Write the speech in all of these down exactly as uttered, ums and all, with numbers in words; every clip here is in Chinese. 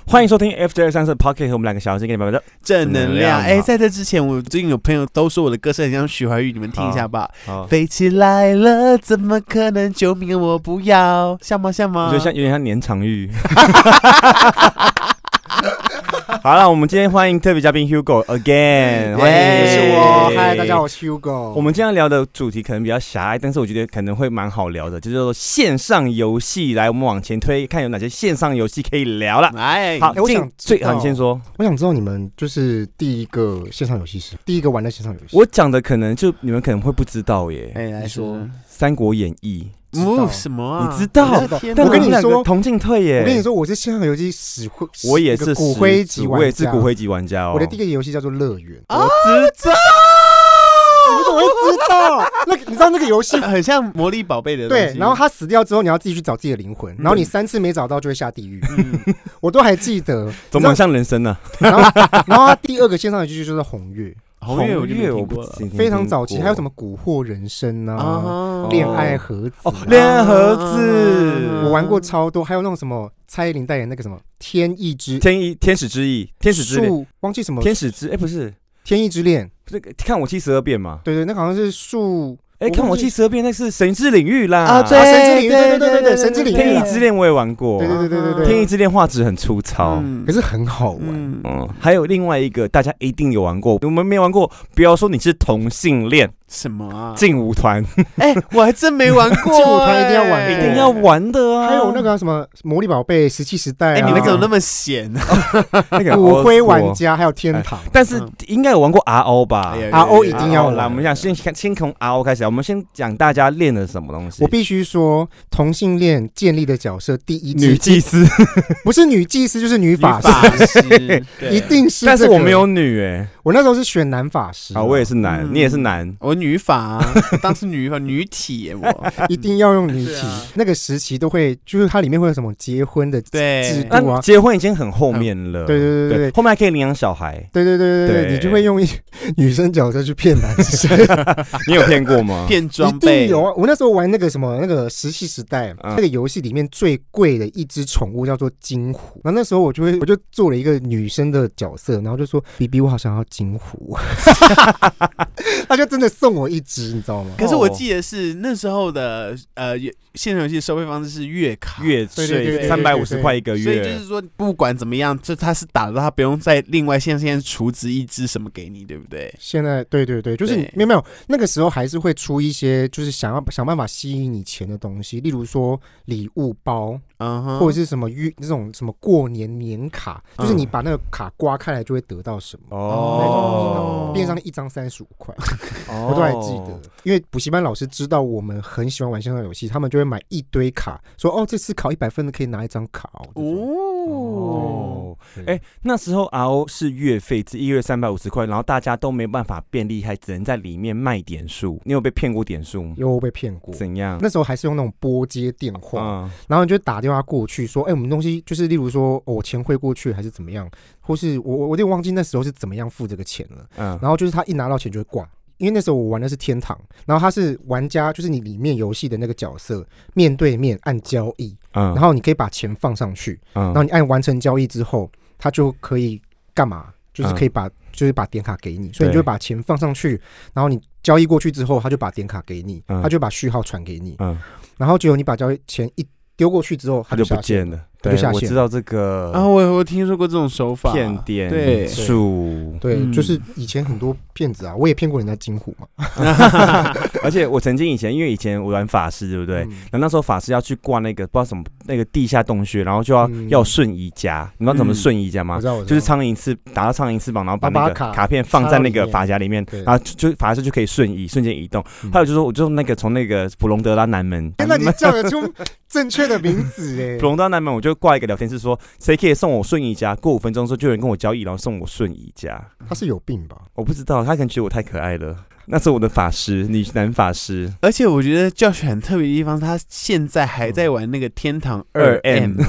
欢迎收听 After 二三四 Podcast， 和我们两个小时给你们的正能量。哎、欸，在这之前，我最近有朋友都说我的歌声很像徐怀钰，你们听一下吧。飞起来了，怎么可能？救命！我不要，像吗？像吗？ 我觉得像有点像年长玉。好了，我们今天欢迎特别嘉宾 Hugo again， 欢迎是我，嗨，大家好，我是 Hugo。 我们今天要聊的主题可能比较狭隘，但是我觉得可能会蛮好聊的，就是说线上游戏。来，我们往前推，看有哪些线上游戏可以聊了。 哎， 好， 欸、我想最好你先说。 我想知道你们就是第一个线上游戏是第一个玩的线上游戏。 我讲的可能就你们可能会不知道耶。 哎、欸，来说《 三国演义》。 哦，什么啊？ 你知道？ 但我跟你说， 同进退耶！ 我跟你说，我是线上游戏史会， 我也是骨灰级玩家， 我也是骨灰级玩家哦。 我的第一个游戏叫做《乐园》， 我知道。 你怎么会知道？那个你知道那个游戏很像魔力宝贝的东西。 对，然后他死掉之后，你要自己去找自己的灵魂，然后你三次没找到就会下地狱。嗯、我都还记得， 怎么像人生呢、 啊？然后，然后他第二个线上游戏就是红月。 红月我就没听过了， 非常早期，还有什么蛊惑人生啊，恋、啊、爱盒子、啊， 恋、哦、爱盒子， 我玩过超多，还有那种什么蔡依林代言那个什么天意之天意天使之翼，天使之恋， 忘记什么天使之哎、欸、不是天意之恋， 不是看我七十二变嘛？ 对对，那好像是树。 哎、欸，看我七十二变，那是神之领域啦！ 啊，对，神之领域，对对对对对，神之领域。 天意之恋我也玩过， 对对对对对。 天意之恋画质很粗糙、 嗯，可是很好玩。 嗯，嗯还有另外一个大家一定有玩过，我们没玩过，不要说你是同性恋。 什么啊？ 劲舞团， 哎、欸，我还真没玩过、欸。 劲舞团一定要玩， 一定要玩的啊！ 还有那个什么魔力宝贝、石器时代、啊， 哎、欸，你们怎么那么闲？ 那个骨灰玩家还有天堂， 但是应该有玩过 R O 吧、 嗯、？R O 一定要玩。 来，我们想先先从 R O 开始，我们先讲大家练了什么东西。 我必须说，同性恋建立的角色第一女祭司， 不是女祭司就是女法师， 一定是、這個。 但是我没有女哎、欸， 我那时候是选男法师啊，我也是男，嗯、你也是男， 我女法、啊。当时女法女体耶，我一定要用女体、啊。那个时期都会，就是它里面会有什么结婚的制度啊？ 结婚已经很后面了， 嗯、对对对 对, 對， 后面还可以领养小孩。 对对对对对，你就会用女生角色去骗男生。 你有骗过吗？ 骗装备一定有啊！我那时候玩那个什么那个石器时代、嗯，那个游戏里面最贵的一只宠物叫做金虎。然后那时候我就会我就做了一个女生的角色，然后就说 ：“B B， 我好想要金虎。”他就真的送我一只，你知道吗？ 可是我记得是那时候的呃线上游戏收费方式是月卡， 月税三百五十块一个月， 所以就是说不管怎么样，就他是打到他不用再另外现在现在储值一只什么给你，对不对？ 现在对对对，就是没有没有那个时候还是会出一些就是想要想办法吸引你钱的东西，例如说礼物包。Uh-huh. 或者是什么那种什么过年年卡，就是你把那个卡刮开来就会得到什么哦，那种变相的一张三十五块，我都还记得。因为补习班老师知道我们很喜欢玩线上游戏，他们就会买一堆卡，说哦这次考一百分的可以拿一张卡哦。 哦，哎、欸，那时候 R O 是月费，一月三百五十块，然后大家都没办法变厉害，只能在里面卖点数。你有被骗过点数吗？ 有被骗过。 怎样？ 那时候还是用那种拨接电话， 嗯、 然后你就打电话过去说，哎、欸，我们东西就是例如说、哦、我钱汇过去还是怎么样，或是我我有点忘记那时候是怎么样付这个钱了。嗯，然后就是他一拿到钱就会挂。因为那时候我玩的是天堂，然后他是玩家，就是你里面游戏的那个角色，面对面按交易，嗯，然后你可以把钱放上去，嗯，然后你按完成交易之后，他就可以干嘛？就是可以把、嗯、就是把点卡给你，所以你就把钱放上去，然后你交易过去之后，他就把点卡给你，嗯、他就把序号传给你，嗯，然后结果你把交易钱一丢过去之后，他就不见了。 对， 我知道这个啊，我我听说过这种手法， 骗点数， 对，对、嗯，就是以前很多骗子啊，我也骗过人家金虎嘛。 而且我曾经以前，因为以前我玩法师，对不对？嗯、然后那时候法师要去挂那个不知道什么那个地下洞穴，然后就要、嗯、要瞬移夹，你知道怎么瞬移夹吗？ 嗯、 就是苍蝇翅打到苍蝇翅膀，然后把那个卡片放在那个发夹里面，然后就法师就可以瞬移，瞬间移动。嗯、还有就是说，我就那个从那个普隆德拉南门， 那你叫得出正确的名字哎， 普隆德拉南门我就。就挂一个聊天室说，谁可以送我瞬移夹？过五分钟之后就有人跟我交易，然后送我瞬移夹。 他是有病吧？ 我不知道，他可能觉得我太可爱了。那是我的法师，女男法师。 而且我觉得Josh很特别的地方，他现在还在玩那个天堂二 M。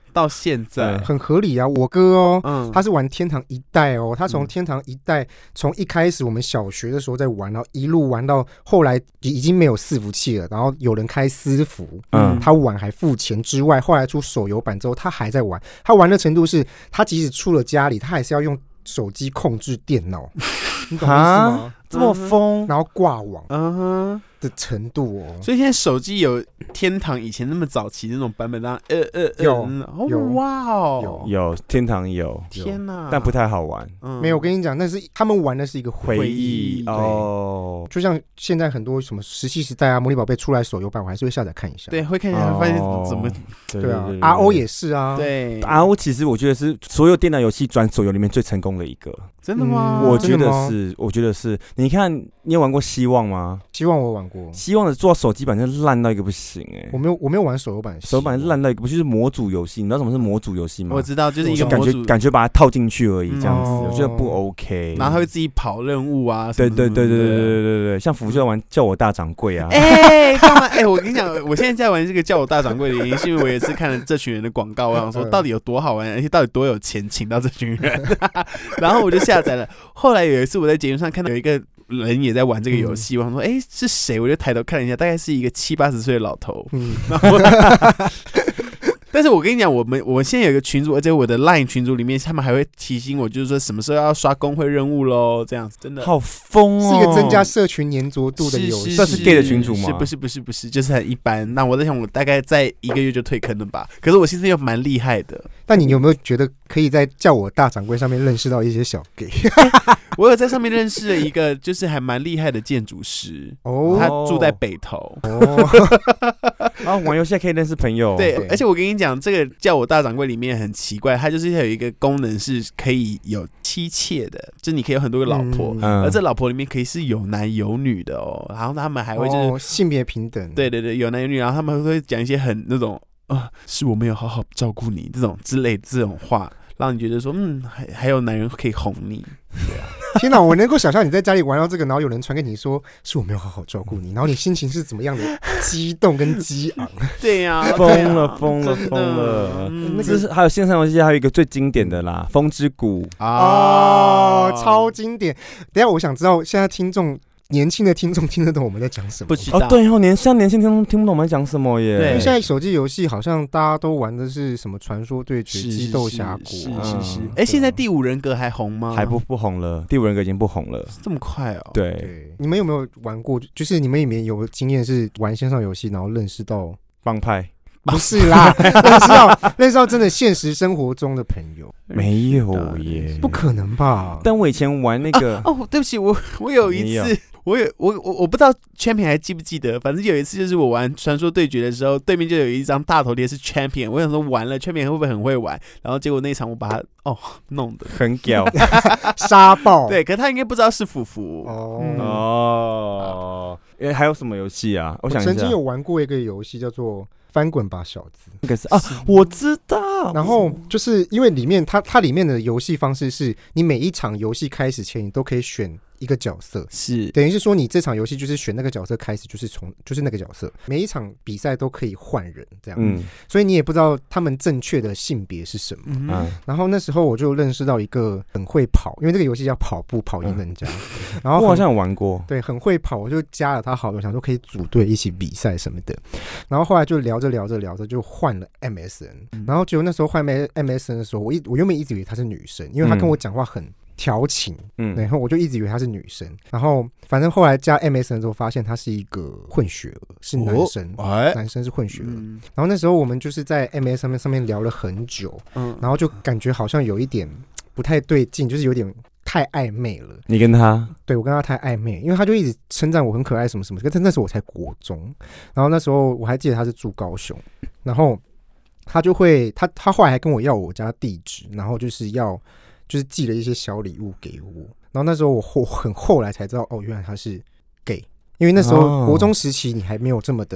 到现在很合理啊。我哥哦，嗯、他是玩天堂一代哦，他从天堂一代从一开始我们小学的时候在玩，然后一路玩到后来已经没有伺服器了，然后有人开私服，嗯，他玩还付钱之外，后来出手游版之后，他还在玩。他玩的程度是，他即使出了家里，他还是要用手机控制电脑，你懂意思吗？ 这么疯， 然后挂网， 嗯哼。 的程度哦， 所以现在手机有天堂以前那么早期的那种版本，当呃呃呃， 有有哇哦， 有天堂有， 天哪， 但不太好玩。 嗯、没有，我跟你讲，那是他们玩的是一个回忆哦， 就像现在很多什么石器时代啊、魔力宝贝出来手游版，我还是会下载看一下。 对，会看一下，发现怎么对啊 ，R O 也是啊， 对 ，R O 其实我觉得是所有电脑游戏转手游里面最成功的一个。 真的吗？ 我觉得是，我觉得是。你看，你有玩过希望吗？ 希望我玩过， 希望的做到手机版真的烂到一个不行哎、欸。 我没有，我没有玩手游版， 手游版烂到一个不就是模组游戏？你知道什么是模组游戏吗？ 我知道，就是一个感觉感觉把它套进去而已，这样子，嗯、我觉得不 OK。 然后他会自己跑任务啊， 对对对对对对对对对，像福就玩叫我大掌柜啊。 哎、欸，干嘛？哎、欸，我跟你讲，我现在在玩这个叫我大掌柜的原因，是因为我也是看了这群人的广告，我想说到底有多好玩，而且到底多有钱，请到这群人，然后我就下载了。后来有一次我在节目上看到有一个人也在玩这个游戏，我想说，哎、欸，是谁？我就抬头看了一下，大概是一个七八十岁的老头。嗯，然后但是我跟你讲，我们我现在有一个群组，而且我的 LINE 群组里面，他们还会提醒我，就是说什么时候要刷工会任务喽，这样子，真的好疯哦， 是一个增加社群粘着度的游戏。 这是 gay 的群组吗？ 是不是不是不是，就是很一般。那我在想，我大概在一个月就退坑了吧？可是我现在又蛮厉害的。 但你有没有觉得可以在叫我大掌柜上面认识到一些小 gay？ 我有在上面认识了一个，就是还蛮厉害的建筑师，哦，他住在北投。哦， 然后玩游戏还可以认识朋友。 对，而且我跟你讲，这个叫我大掌柜里面很奇怪，它就是有一个功能是可以有妻妾的，就是你可以有很多个老婆，嗯、而这老婆里面可以是有男有女的哦。然后他们还会就是、 哦、性别平等， 对对对，有男有女，然后他们会讲一些很那种啊、呃，是我没有好好照顾你这种之类的这种话。让你觉得说，嗯，还还有男人可以哄你，对啊！ 天哪，我能够想象你在家里玩到这个，然后有人传给你说，是我没有好好照顾你，然后你心情是怎么样的激动跟激昂？ 对呀、啊， 疯了疯了疯了！嗯、那是还有线上游戏，还有一个最经典的啦，《风之谷》 哦，超经典。等一下，我想知道现在听众。年轻的听众听得懂我们在讲什么？ 不知道哦，对哦，年像年轻听众听不懂我们在讲什么耶。 因为现在手机游戏好像大家都玩的是什么传说对决、激斗峡谷， 是是是。哎、嗯，现在第五人格还红吗？ 还不不红了，第五人格已经不红了， 这么快哦？ 对。 对，你们有没有玩过？就是你们里面有经验是玩线上游戏，然后认识到帮派？ 不是啦，认识到认识到真的现实生活中的朋友， 没有耶， 不可能吧？ 但我以前玩那个， 啊、哦，对不起，我我有一次。我有我我我不知道Champion还记不记得，反正有一次就是我玩传说对决的时候，对面就有一张大头贴是 Champion， 我想说完了 Champion 会不会很会玩，然后结果那一场我把他哦弄得很屌杀爆， 对，可是他应该不知道是福福哦、 嗯、 哦，哎，还有什么游戏啊？我想一下， 我曾经有玩过一个游戏叫做。翻滚吧，小子！ 那个是啊，我知道。 然后就是因为里面它它里面的游戏方式是，你每一场游戏开始前，你都可以选一个角色， 是等于是说你这场游戏就是选那个角色开始，就是从就是那个角色，每一场比赛都可以换人这样，嗯，所以你也不知道他们正确的性别是什么。嗯，然后那时候我就认识到一个很会跑，因为这个游戏叫跑步跑赢人家，嗯、然后我好像有玩过， 对，很会跑，我就加了他好友，想说可以组队一起比赛什么的，然后后来就聊着聊着聊着就换了 M S N，嗯、然后结果那时候换 M S N 的时候，我一我原本一直以为她是女生，因为她跟我讲话很。调情，嗯，然后我就一直以为她是女生，然后反正后来加 M S N 之后，发现她是一个混血儿，是男生，哦、男生是混血儿。嗯、然后那时候我们就是在 M S N 上面上面聊了很久，嗯，然后就感觉好像有一点不太对劲，就是有点太暧昧了。 你跟他？ 对，我跟他太暧昧，因为他就一直称赞我很可爱什么什么，可是那时候我才国中，然后那时候我还记得他是住高雄，然后他就会他他后来还跟我要我家地址，然后就是要。就是寄了一些小礼物给我，然后那时候我后很后来才知道，哦，原来他是 gay， 因为那时候国中时期你还没有这么的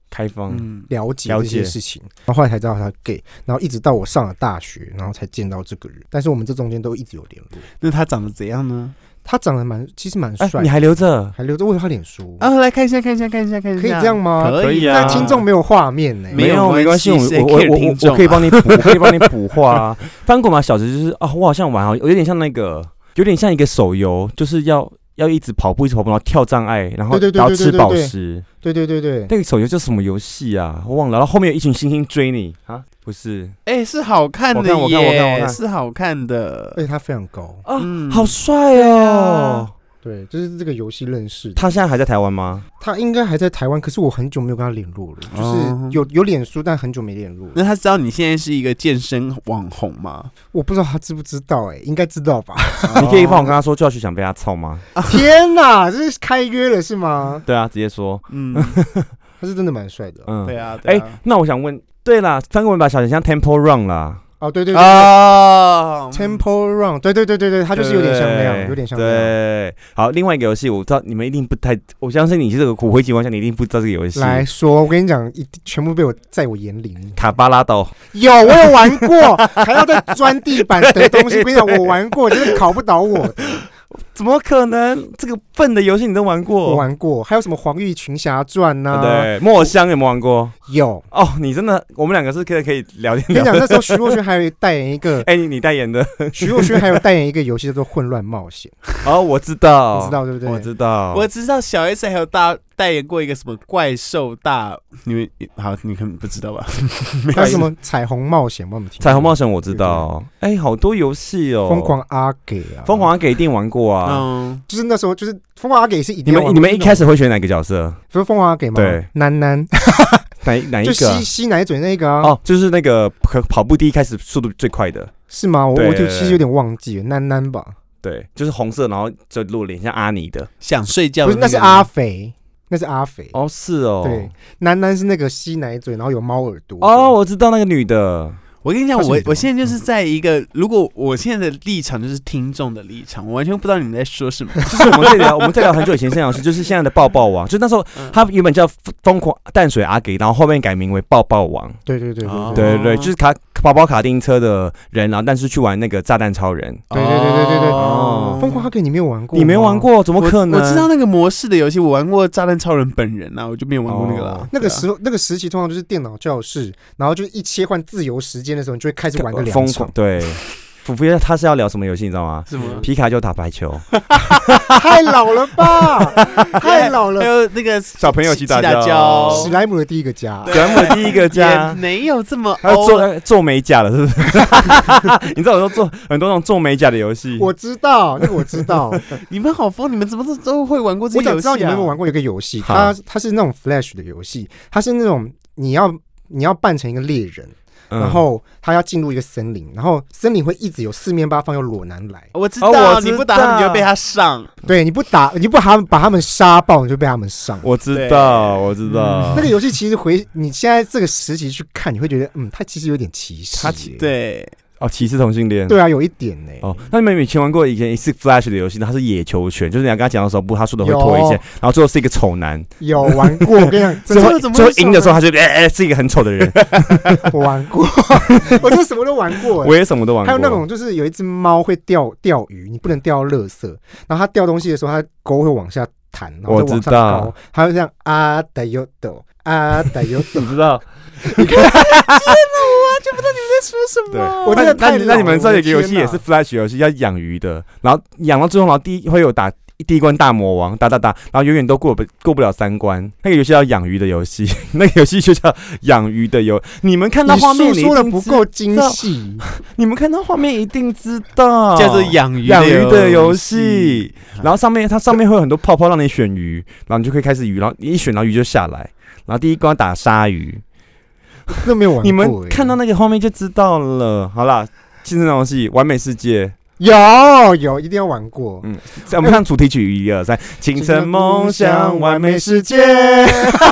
开放、 嗯、了解这些事情，然后后来才知道他 gay， 然后一直到我上了大学，然后才见到这个人。但是我们这中间都一直有联络。 那他长得怎样呢？ 他长得蛮，其实蛮帅、欸。 你还留着？ 还留着？我有他脸书啊，来看一下，看一下，看一下，看一下， 可以这样吗？ 可以啊。但听众没有画面呢、欸， 没有没关系，我我我我可以帮你补，我可以帮你补画啊。翻滚吧，小子就是啊，我好像玩啊，有点像那个，有点像一个手游，就是要。要一直跑步，一直跑步，然后跳障碍，然后然后吃宝石。 对对对对， 那个手游叫什么游戏啊？我忘了。然后后面有一群猩猩追你啊？不是？ 哎、欸，是好看的耶， 我看我看我看我看， 是好看的， 而且他非常高啊，嗯、好帅哦。 对，就是这个游戏认识的。 他现在还在台湾吗？ 他应该还在台湾，可是我很久没有跟他联络了，就是有有脸书，但很久没联络。 那他知道你现在是一个健身网红吗？ 我不知道他知不知道、欸，哎，应该知道吧？ 你可以帮我跟他说，就要去想被他操吗？ 天哪，这是开约了是吗？ 对啊，直接说， 嗯， 他是真的蛮帅的。 嗯，对啊。 哎、啊欸，那我想问，对啦，翻滚吧，小姐，像 Temple Run 啦。 哦，对对对， 哦 ，Temple Run， 对对对对对，它就是有点像那样，有点像那样。 对，好，另外一个游戏，我知道你们一定不太，我相信你是这个骨灰情况下，你一定不知道这个游戏。 来说，我跟你讲，全部被我在我眼里。 卡巴拉斗有，我有玩过，还要再钻地板得东西。我跟你讲，我玩过，就是考不倒我的。 怎么可能？这个笨的游戏你都玩过？ 我玩过，还有什么《黄玉群侠传》呐？ 对，墨香有没有玩过？ 有哦，你真的，我们两个是可以可以聊天。 跟你讲，那时候徐若瑄还有代言一个， 哎、欸，你代言的徐若瑄还有代言一个游戏叫做《混乱冒险》。 哦，我知道， 你知道对不对？ 我知道， 我知道小 S 还有大代言过一个什么怪兽大，你们好，你可能不知道吧？ 还有什么彩虹冒险？我们听彩虹冒险我知道，哎、欸，好多游戏哦， 疯狂阿给啊， 疯狂阿给一定玩过啊， 嗯， 就是那时候就是疯狂阿给是一定要玩。 你们你们一开始会选哪个角色？ 不是疯狂阿给吗？ 对， 楠楠。 哪哪一个、啊？ 就吸吸奶嘴那个啊？ 哦，就是那个跑步第一开始速度最快的， 是吗？我我就其实有点忘记了，楠楠吧？ 对，就是红色，然后就露脸像阿尼的， 想睡觉的、那個。不是，那是阿肥，那是阿肥。 哦，是哦。 对，楠楠是那个吸奶嘴，然后有猫耳朵。 哦，我知道那个女的。 我跟你讲，我我现在就是在一个，如果我现在的立场就是听众的立场，我完全不知道你们在说什么。 就是我们在聊，我们在聊很久以前，盛老师就是现在的抱抱王，就那时候他原本叫疯狂淡水阿给，然后后面改名为抱抱王。 对对对对对对 对, 對，就是卡跑跑卡丁车的人，然后但是去玩那个炸弹超人。 对对对对对对。哦，疯狂阿给你没有玩过？ 你没玩过？怎么可能？ 我, 我知道那个模式的游戏，我玩过炸弹超人本人啊，我就没有玩过那个啦。哦、 那个时候，那个时期通常就是电脑教室，然后就一切换自由时间的时候，你就会开始玩。 疯狂对，福福他是要聊什么游戏你知道吗？ 什么？ 皮卡丘打排球， 太老了吧，太老了。 还有那个小朋友去打交， 史莱姆的第一个家， 史莱姆的第一个家没有这么还有做做美甲了，是不是？你知道我说做很多那种做美甲的游戏， 我知道那个我知道。 你们好疯，你们怎么都会玩过这个游戏、啊？ 我想知道你们有没有玩过一个游戏，它它是那种 Flash 的游戏，它是那种你要你要扮成一个猎人。然后他要进入一个森林，然后森林会一直有四面八方有裸男来。 我知道， 哦、我知道你不打他们你就被他上。 对，你不打，你不把他们把他们杀爆，你就被他们上。 我知道，我知道。 嗯、那个游戏其实回你现在这个时期去看，你会觉得，嗯，它其实有点歧视。 他对。 哦，歧视同性恋。 对啊，有一点呢、欸。 哦，那你们以前玩过以前是 Flash 的游戏，它是野球拳，就是你要跟他讲的时候，不，他说的会脱一件，然后最后是一个丑男。 有玩过，我跟你讲， 最后最后赢的时候，他就哎哎、欸、是一个很丑的人。 我玩过，我就什么都玩过、欸， 我也什么都玩过。 还有那种就是有一只猫会钓钓鱼，你不能钓垃圾，然后它钓东西的时候，它钩会往下弹，然后再往上高，它会这样啊的有抖啊的有抖， 你知道？ 你看，天哪，我完全不知道你们在说什么。 我真的太那那你们知道有一个游戏也是 Flash 游戏，叫养鱼的，然后养到最后，然后第一会有打第一关大魔王，打打打，然后永远都过不过不了三关。那个游戏叫养鱼的游戏，那个游戏就叫养鱼的游。你们看到画面， 你说的不够精细， 你们看到画面一定知道， 叫做养鱼养鱼的游戏。然后上面它上面会有很多泡泡让你选鱼，然后你就可以开始鱼，然后你一选到鱼就下来，然后第一关打鲨鱼。 都没有玩过、欸， 你们看到那个画面就知道了。好啦，竞争游戏《完美世界》 有有一定要玩过。 嗯，我们唱主题曲一二三，清晨梦想完美世界，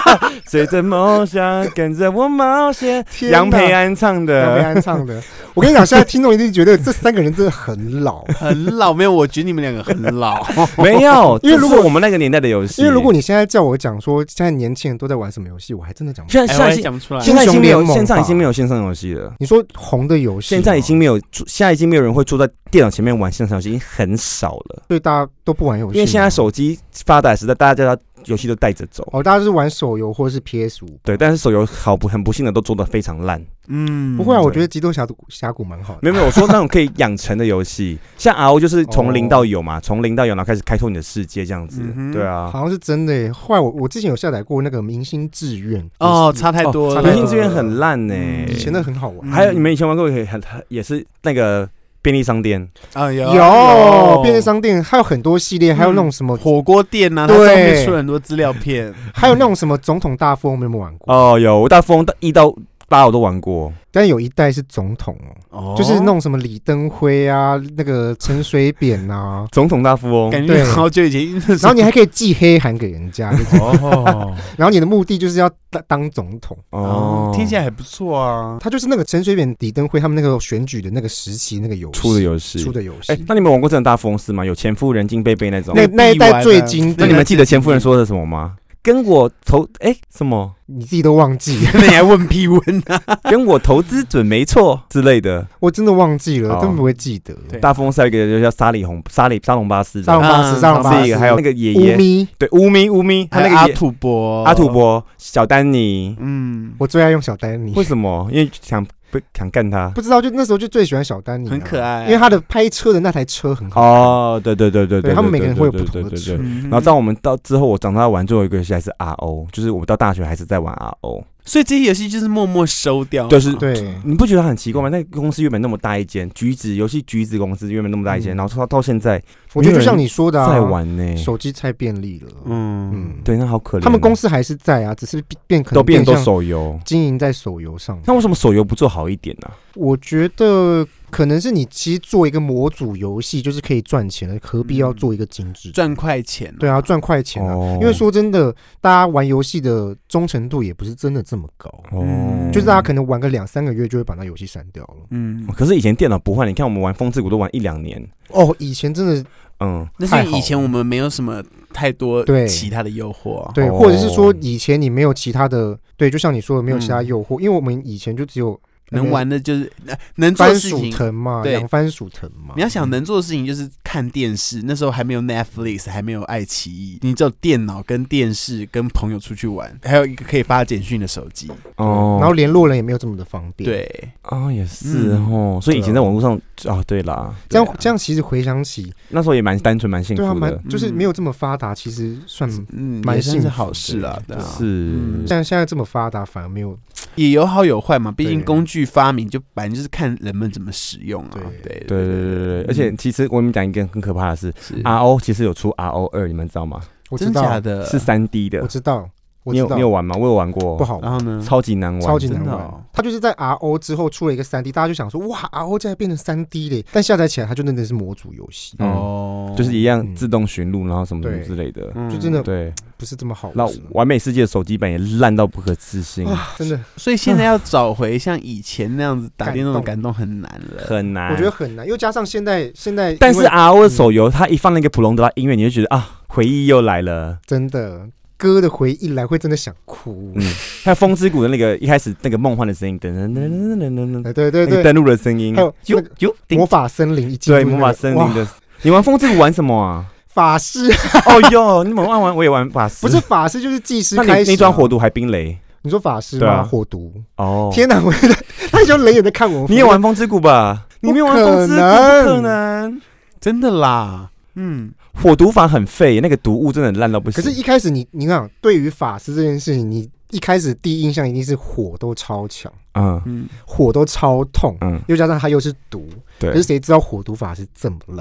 随着梦想跟着我冒险。杨培安唱的， 杨培安唱的。我跟你讲，现在听众一定觉得这三个人真的很老， 很老。没有，我觉得你们两个很老。 没有，因为如果我们那个年代的游戏， 因为如果你现在叫我讲说现在年轻人都在玩什么游戏，我还真的讲不出来。现在讲不出来， 现在已经没有，线上已经没有线上游戏了。 你说红的游戏， 现在已经没有，现在已经没有人会坐在电脑前面玩线上游戏，已经很少了。 对，大家都不玩游戏， 因为现在手机发达的时代，大家游戏都带着走。 哦，大家是玩手游或者是 P S 五。 对，但是手游好不很不幸的都做得非常烂。 嗯， 不会啊，我觉得极斗峡谷峡谷蛮好的。 没有没有，我说那种可以养成的游戏，像 R O 就是从零到有嘛，从零到有，然后开始开拓你的世界这样子。嗯、对啊， 好像是真的耶。后来我我之前有下载过那个明星志愿， 哦，差太多了。 明星志愿很烂呢、欸嗯，以前那很好玩。 还有你们以前玩过很也是那个。便利商店啊，有有便利商店，还有很多系列，还有那种什么、 嗯、火锅店呐、啊，它上面出了很多资料片， 还有那种什么总统大富翁，你有没有玩过？ 哦，有大富翁一到八我都玩过， 但有一代是总统哦，哦就是那种什么李登辉啊，那个陈水扁啊， 总统大富翁， 感觉好久以前。 然后你还可以寄黑函给人家， 哦， 然后你的目的就是要当总统哦，听起来还不错啊。 他就是那个陈水扁、李登辉他们那个选举的那个时期那个游戏出的游戏出的游戏。 哎、欸，那你们玩过真的大富翁是吗？有前夫人金贝贝那种， 那那一代最经典。 那你们记得前夫人说的什么吗？跟我投哎、欸、什么？ 你自己都忘记了， 那你还问屁问啊？ 跟我投资准没错之类的， 我真的忘记了，根本不会记得。 大富翁还有一个就叫沙里红、沙里沙龙巴斯、 沙龙巴斯、沙龙巴斯， 还有那个爷爷乌咪， 对乌咪乌咪，他那个阿土伯、 阿土伯、小丹尼， 嗯，我最爱用小丹尼， 为什么？因为想。不想干他， 不知道，就那时候就最喜欢小丹尼、啊， 很可爱、啊， 因为他的拍车的那台车很好。 哦，对对对对 对, 對， 他们每个人会有不同的车。 然后到我们到之后，我长大玩最后一个游戏还是 R O， 就是我到大学还是在玩 R O。 所以这些游戏就是默默收掉， 就是对， 你不觉得很奇怪吗？那个公司原本那么大一间，橘子游戏橘子公司原本那么大一间，嗯、然后到到现在， 我觉得就像你说的、啊， 在玩呢、欸， 手机太便利了， 嗯嗯，对，那好可怜。 他们公司还是在啊，只是变可能都变都手游， 经营在手游上。 那为什么手游不做好一点呢、啊？ 我觉得可能是你其实做一个模组游戏就是可以赚钱的，何必要做一个精致赚、嗯、快钱、啊？ 对啊，赚快钱啊！ 哦、 因为说真的，大家玩游戏的忠诚度也不是真的这么高哦。嗯、就是大家可能玩个两三个月就会把那游戏删掉了。 嗯，可是以前电脑不换，你看我们玩风之谷都玩一两年哦。以前真的， 嗯， 那是以前我们没有什么太多其他的诱惑、啊， 对，或者是说以前你没有其他的，对，就像你说的没有其他诱惑、嗯，因为我们以前就只有。 能玩的就是能做的事情， 番薯藤嘛，养番薯藤嘛。 你要想能做的事情就是看电视，那时候还没有 Netflix， 还没有爱奇艺，你只有电脑跟电视，跟朋友出去玩，还有一个可以发简讯的手机哦。然后联络人也没有这么的方便。 对哦，也是哦、嗯。所以以前在网络上哦，对啦， 这样这样其实回想起那时候也蛮单纯、蛮幸福的， 对啊，就是没有这么发达，其实算嗯蛮幸福好事啦。 是， 嗯、像现在这么发达，反而没有。 也有好有坏嘛，毕竟工具发明就本来就是看人们怎么使用啊。对对对对对对，而且其实我们讲一个很可怕的是 ，R O 其实有出 R O 二，你们知道吗？ 我知道， 真假的， 是三 D 的， 我知道。 你有你有玩吗？我有玩过， 不好玩。 然后呢？ 超级难玩， 超级难玩。哦、它就是在 R O 之后出了一个三 D， 大家就想说哇 ，R O 现在变成三 D 嘞，但下载起来它就真的是模组游戏哦、嗯，就是一样自动寻路，然后什么什么之类的， 嗯、就真的对不是这么好玩。 然后完美世界的手机版也烂到不可置信， 真的。 所以现在要找回像以前那样子打电动的感动很难了， 很难。 我觉得很难，又加上现在现在， 但是 R O 的手游它一放那个普隆德拉音乐，你就觉得啊，回忆又来了， 真的。歌的回忆来会真的想哭， 嗯，还有风之谷的那个一开始那个梦幻的声音，噔噔噔噔噔噔噔， 对对对， 登录的声音， 还有有有魔法森林一进对魔法森林的，你玩风之谷玩什么啊？ 法师， 哦哟，你们玩玩我也玩法师， 不是法师就是技师开始、啊， 那你那装火毒还冰雷？ 你说法师吗？啊、火毒哦， 天哪！我他就冷眼在看我， 你也玩风之谷吧？你没有玩风之谷，不可能， 真的啦，嗯。 火毒法很废，那个毒物真的烂到不行。 可是，一开始你你看，对于法师这件事情，你一开始第一印象一定是火都超强，嗯，火都超痛，嗯，又加上它又是毒，对。可是谁知道火毒法是这么烂？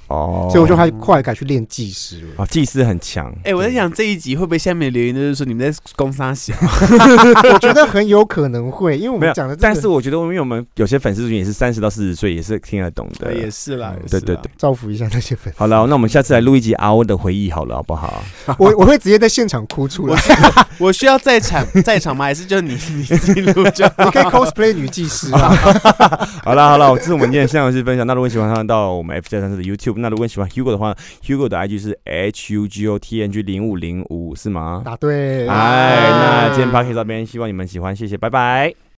哦，所以我就还后来改去练技师了。 哦，技师很强。 哎、欸，我在想这一集会不会下面留言都是说你们在攻杀小？ 我觉得很有可能会，因为我们讲的、这个， 但是我觉得因为我们有些粉丝群也是三十到四十岁，也是听得懂的。 也是啦， 对对对， 造福一下那些粉丝。 好了，那我们下次来录一集阿欧的回忆好了，好不好？ 我我会直接在现场哭出来。 我需要在场在场吗？还是就你你自己录就好？ 你可以 cosplay 女技师啊。 好了好了，这是我们今天的相游戏分享。那如果喜欢看到我们 F 加三四的 YouTube， 那如果你喜欢 Hugo 的话 ，Hugo 的 I G 是 H U G O T N G 零五零五是吗？ 答对。 哎，那今天 Podcast 这边希望你们喜欢，谢谢，拜拜。